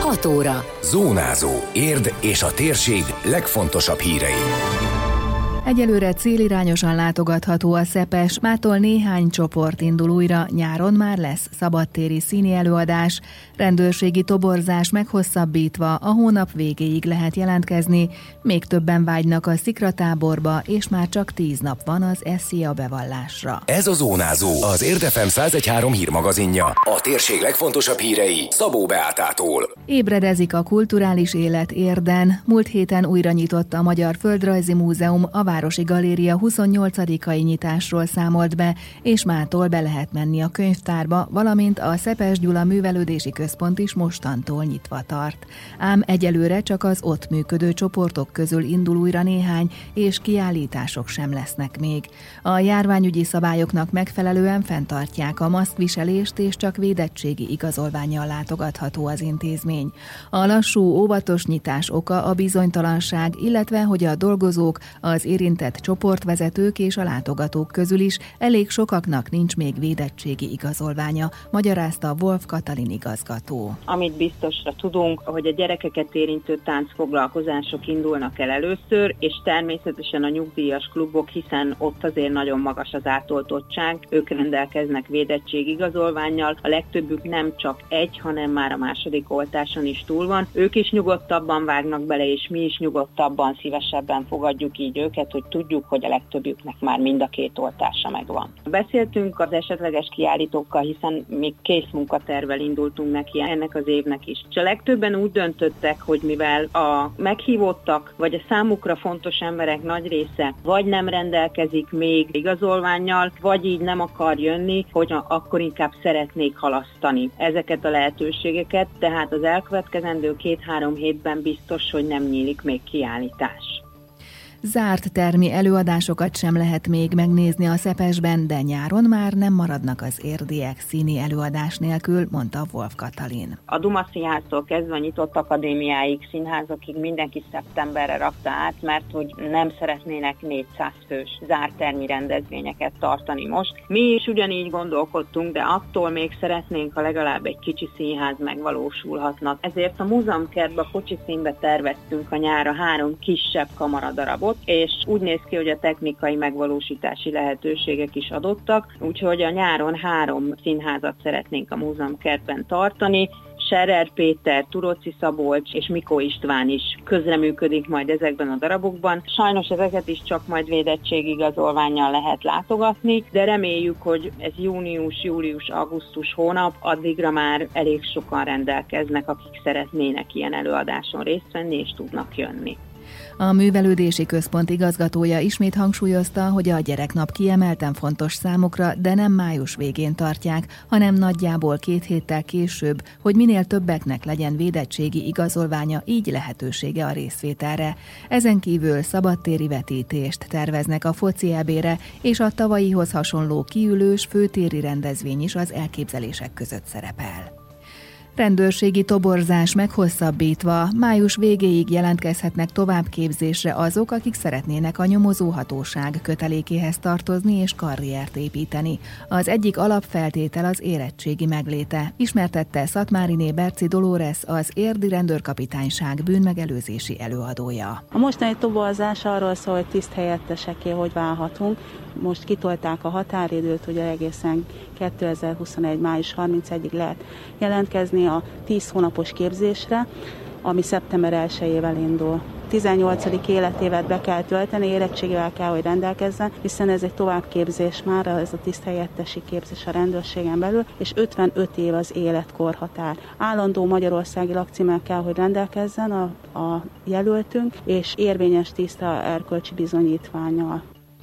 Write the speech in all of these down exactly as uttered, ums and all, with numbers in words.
hat óra. Zónázó. Érd és a térség legfontosabb hírei. Egyelőre célirányosan látogatható a Szepes, mától néhány csoport indul újra, nyáron már lesz szabadtéri színi előadás, rendőrségi toborzás meghosszabbítva a hónap végéig lehet jelentkezni, még többen vágynak a szikratáborba, és már csak tíz nap van az SZIA bevallásra. Ez a Zónázó, az Érd ef em száz egy három hírmagazinja. A térség legfontosabb hírei Szabó Beátától. Ébredezik a kulturális élet Érden. Múlt héten újra nyitott a Magyar Földrajzi Múzeum, a Városi Galéria huszonnyolcadikai nyitásról számolt be, és mától be lehet menni a könyvtárba, valamint a Szepes Gyula Művelődési Központ is mostantól nyitva tart. Ám egyelőre csak az ott működő csoportok közül indul újra néhány, és kiállítások sem lesznek még. A járványügyi szabályoknak megfelelően fenntartják a maszkviselést, és csak védettségi igazolvánnyal látogatható az intézmény. A lassú, óvatos nyitás oka a bizonytalanság, illetve hogy a dolgozók, az érintett csoportvezetők és a látogatók közül is elég sokaknak nincs még védettségi igazolványa, magyarázta Wolf Katalin igazgató. Amit biztosra tudunk, hogy a gyerekeket érintő táncfoglalkozások indulnak el először, és természetesen a nyugdíjas klubok, hiszen ott azért nagyon magas az átoltottság, ők rendelkeznek védettségi igazolvánnyal, a legtöbbük nem csak egy, hanem már a második oltáson is túl van. Ők is nyugodtabban vágnak bele, és mi is nyugodtabban, szívesebben fogadjuk így őket, hogy tudjuk, hogy a legtöbbjüknek már mind a két oltása megvan. Beszéltünk az esetleges kiállítókkal, hiszen még kész munkatervvel indultunk neki ennek az évnek is. És a legtöbben úgy döntöttek, hogy mivel a meghívottak, vagy a számukra fontos emberek nagy része vagy nem rendelkezik még igazolvánnyal, vagy így nem akar jönni, hogy akkor inkább szeretnék halasztani ezeket a lehetőségeket, tehát az elkövetkezendő két-három hétben biztos, hogy nem nyílik még kiállítás. Zárt termi előadásokat sem lehet még megnézni a Szepesben, de nyáron már nem maradnak az érdiek színi előadás nélkül, mondta Wolf Katalin. A Duma Színháztól kezdve a nyitott akadémiáig, színházakig mindenki szeptemberre rakta át, mert hogy nem szeretnének négyszáz fős zárt termi rendezvényeket tartani most. Mi is ugyanígy gondolkodtunk, de attól még szeretnénk, ha legalább egy kicsi színház megvalósulhatnak. Ezért a múzeumkertbe, a kocsiszínbe terveztünk a nyára három kisebb kamaradarabot, és úgy néz ki, hogy a technikai megvalósítási lehetőségek is adottak, úgyhogy a nyáron három színházat szeretnénk a múzeumkertben tartani. Scherer Péter, Turóczi Szabolcs és Mikó István is közreműködik majd ezekben a darabokban. Sajnos ezeket is csak majd védettségigazolvánnyal lehet látogatni, de reméljük, hogy ez június, július, augusztus hónap, addigra már elég sokan rendelkeznek, akik szeretnének ilyen előadáson részt venni és tudnak jönni. A Művelődési Központ igazgatója ismét hangsúlyozta, hogy a gyereknap kiemelten fontos számukra, de nem május végén tartják, hanem nagyjából két héttel később, hogy minél többeknek legyen védettségi igazolványa, így lehetősége a részvételre. Ezen kívül szabadtéri vetítést terveznek a foci é bé-re, és a tavalyihoz hasonló kiülős főtéri rendezvény is az elképzelések között szerepel. Rendőrségi toborzás meghosszabbítva, május végéig jelentkezhetnek továbbképzésre azok, akik szeretnének a nyomozóhatóság kötelékéhez tartozni és karriert építeni. Az egyik alapfeltétel az érettségi megléte, ismertette Szatmáriné Berci Dolores, az érdi rendőrkapitányság bűnmegelőzési előadója. A mostani toborzás arról szól, hogy tiszthelyetteseké hogy válhatunk. Most kitolták a határidőt, hogy egészen kétezer-huszonegy. május harmincegyedikéig lehet jelentkezni a tíz hónapos képzésre, ami szeptember elsejével indul. tizennyolcadik életévet be kell tölteni, érettségével kell, hogy rendelkezzen, hiszen ez egy továbbképzés már, ez a tiszthelyettesi képzés a rendőrségen belül, és ötvenöt év az életkorhatár. Állandó magyarországi lakcímmel kell, hogy rendelkezzen a, a jelöltünk, és érvényes tiszta erkölcsi bizonyítvánnyal.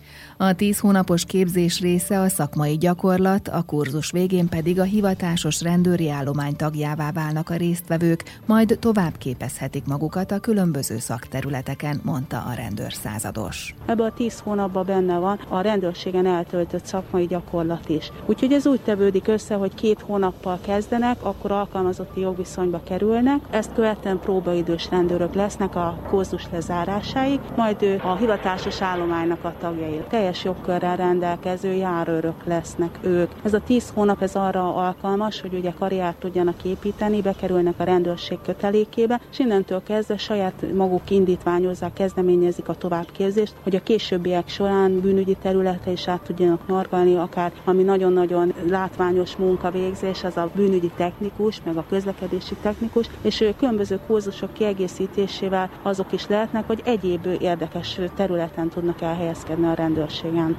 A tíz hónapos képzés része a szakmai gyakorlat, a kurzus végén pedig a hivatásos rendőri állomány tagjává válnak a résztvevők, majd tovább képezhetik magukat a különböző szakterületeken, mondta a rendőrszázados. Ebben a tíz hónapban benne van a rendőrségen eltöltött szakmai gyakorlat is. Úgyhogy ez úgy tevődik össze, hogy két hónappal kezdenek, akkor alkalmazotti jogviszonyba kerülnek, ezt követően próbaidős rendőrök lesznek a kurzus lezárásáig, majd ő a hivatásos állománynak a tagjai. Teljes teljes jogkörrel rendelkező járőrök lesznek ők. Ez a tíz hónap ez arra alkalmas, hogy ugye karriert tudjanak építeni, bekerülnek a rendőrség kötelékébe, és innentől kezdve saját maguk indítványozzák, kezdeményezik a továbbképzést, hogy a későbbiek során bűnügyi területre is át tudjanak nyargalni, akár ami nagyon-nagyon látványos munkavégzés, az a bűnügyi technikus, meg a közlekedési technikus, és különböző kurzusok kiegészítésével azok is lehetnek, hogy egyéb érdekes területen tudnak elhelyezkedni a rendőrségen.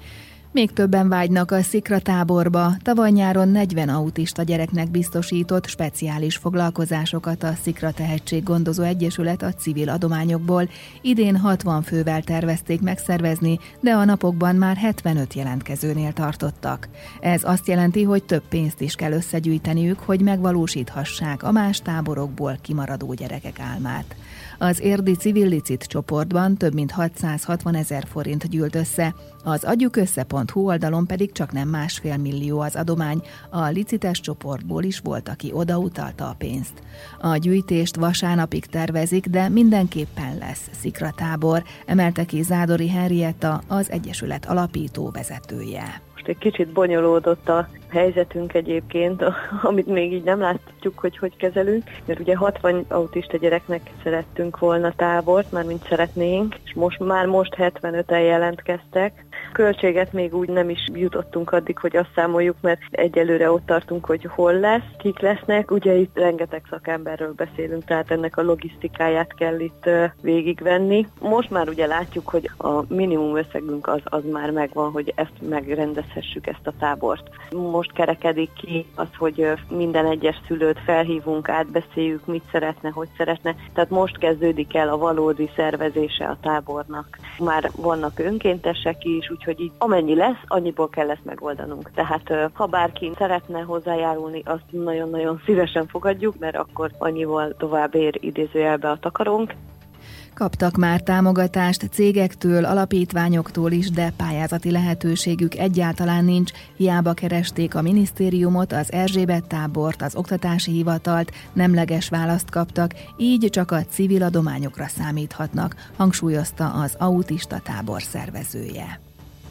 Még többen vágynak a szikratáborba. Tavaly nyáron negyven autista gyereknek biztosított speciális foglalkozásokat a Szikra Tehetséggondozó Egyesület a civil adományokból. Idén hatvan fővel tervezték megszervezni, de a napokban már hetvenöt jelentkezőnél tartottak. Ez azt jelenti, hogy több pénzt is kell összegyűjteniük, hogy megvalósíthassák a más táborokból kimaradó gyerekek álmát. Az érdi civil licit csoportban több mint hatszázhatvan ezer forint gyűlt össze, az adjukössze pont hu oldalon pedig csak nem másfél millió az adomány, a licites csoportból is volt, aki odautalta a pénzt. A gyűjtést vasárnapig tervezik, de mindenképpen lesz szikratábor, emelte ki Zádori Henrietta, az Egyesület alapító vezetője. Most egy kicsit bonyolódott a helyzetünk egyébként, amit még így nem látjuk, hogy hogy kezelünk, mert ugye hatvan autista gyereknek szerettünk volna tábort, mármint szeretnénk, és most már most hetvenöten jelentkeztek. Költséget még úgy nem is jutottunk addig, hogy azt számoljuk, mert egyelőre ott tartunk, hogy hol lesz, kik lesznek. Ugye itt rengeteg szakemberről beszélünk, tehát ennek a logisztikáját kell itt végigvenni. Most már ugye látjuk, hogy a minimum összegünk az, az már megvan, hogy ezt megrendezhessük, ezt a tábort. Most kerekedik ki az, hogy minden egyes szülőt felhívunk, átbeszéljük, mit szeretne, hogy szeretne. Tehát most kezdődik el a valódi szervezése a tábornak. Már vannak önkéntesek is, úgyhogy így amennyi lesz, annyiból kell ezt megoldanunk. Tehát ha bárki szeretne hozzájárulni, azt nagyon-nagyon szívesen fogadjuk, mert akkor annyival tovább ér idézőjelbe a takarónk. Kaptak már támogatást cégektől, alapítványoktól is, de pályázati lehetőségük egyáltalán nincs. Hiába keresték a minisztériumot, az Erzsébet tábort, az oktatási hivatalt, nemleges választ kaptak, így csak a civil adományokra számíthatnak, hangsúlyozta az autista tábor szervezője.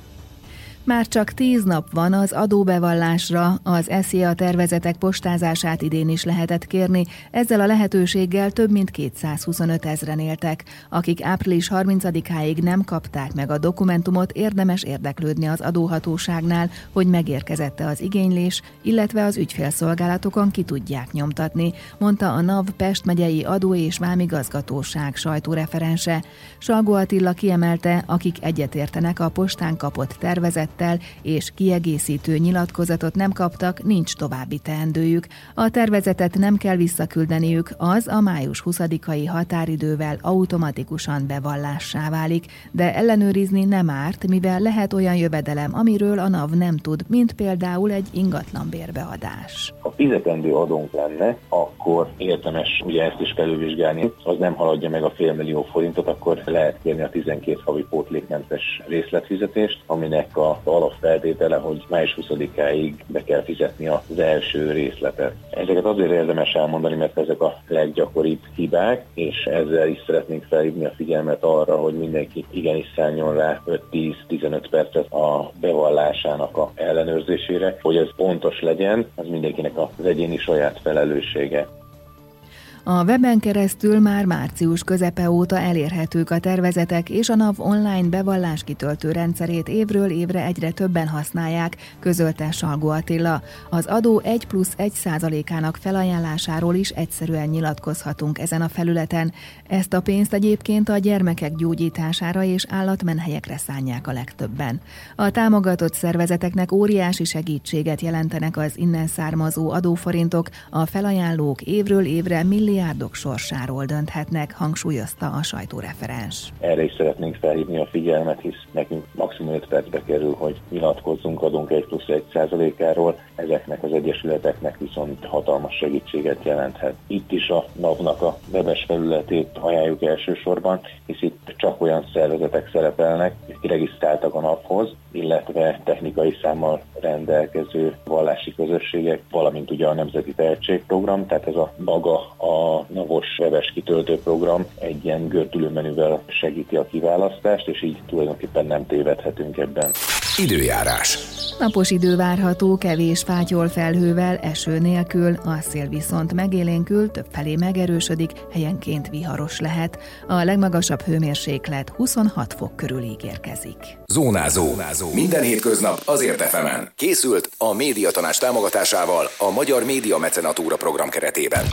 Már csak tíz nap van az adóbevallásra, az es zé á tervezetek postázását idén is lehetett kérni, ezzel a lehetőséggel több mint kétszázhuszonöt ezren éltek. Akik április harmincadikáig nem kapták meg a dokumentumot, érdemes érdeklődni az adóhatóságnál, hogy megérkezette az igénylés, illetve az ügyfélszolgálatokon ki tudják nyomtatni, mondta a NAV Pest megyei adó- és vámigazgatóság sajtóreferense. Salgó Attila kiemelte, akik egyetértenek a postán kapott tervezet és kiegészítő nyilatkozatot nem kaptak, nincs további teendőjük. A tervezetet nem kell visszaküldeniük, az a május huszadikai határidővel automatikusan bevallássá válik, de ellenőrizni nem árt, mivel lehet olyan jövedelem, amiről a NAV nem tud, mint például egy ingatlan bérbeadás. Ha fizetendő adónk lenne, akkor érdemes ugye ezt is felülvizsgálni, az nem haladja meg a félmillió forintot, akkor lehet kérni a tizenkét havi pótlékmentes részletfizetést, aminek a alapfeltétele, hogy május huszadikáig be kell fizetni az első részletet. Ezeket azért érdemes elmondani, mert ezek a leggyakoribb hibák, és ezzel is szeretnénk felhívni a figyelmet arra, hogy mindenki igenis szálljon rá öt-tíz-tizenöt percet a bevallásának a ellenőrzésére, hogy ez pontos legyen, az mindenkinek az egyéni saját felelőssége. A weben keresztül már március közepe óta elérhetők a tervezetek, és a NAV online bevallás kitöltő rendszerét évről évre egyre többen használják, közölte Salgó Attila. Az adó egy plusz egy százalékának felajánlásáról is egyszerűen nyilatkozhatunk ezen a felületen. Ezt a pénzt egyébként a gyermekek gyógyítására és állatmenhelyekre szánják a legtöbben. A támogatott szervezeteknek óriási segítséget jelentenek az innen származó adóforintok, a felajánlók évről évre milliárdok sorsáról dönthetnek, hangsúlyozta a sajtóreferens. Erre is szeretnénk felhívni a figyelmet, hisz nekünk maximum öt percbe kerül, hogy nyilatkozzunk, adunk egy plusz egy százalékáról, ezeknek az egyesületeknek viszont hatalmas segítséget jelenthet. Itt is a NAV-nak a webes felületét ajánljuk elsősorban, hisz itt csak olyan szervezetek szerepelnek, akik regisztráltak a NAV-hoz, illetve technikai számmal rendelkező vallási közösségek, valamint ugye a Nemzeti Tehetségprogram, tehát ez a maga a navos webes kitöltő program egy ilyen gördülőmenüvel segíti a kiválasztást, és így tulajdonképpen nem tévedhetünk ebben. Időjárás. Napos idő várható, kevés fátyol felhővel, eső nélkül, a szél viszont megélénkül, többfelé megerősödik, helyenként viharos lehet. A legmagasabb hőmérséklet huszonhat fok körül ígérkezik. Zónázó. Minden hétköznap az Ért ef emen. Készült a Médiatanács támogatásával a Magyar Média Mecenatúra program keretében.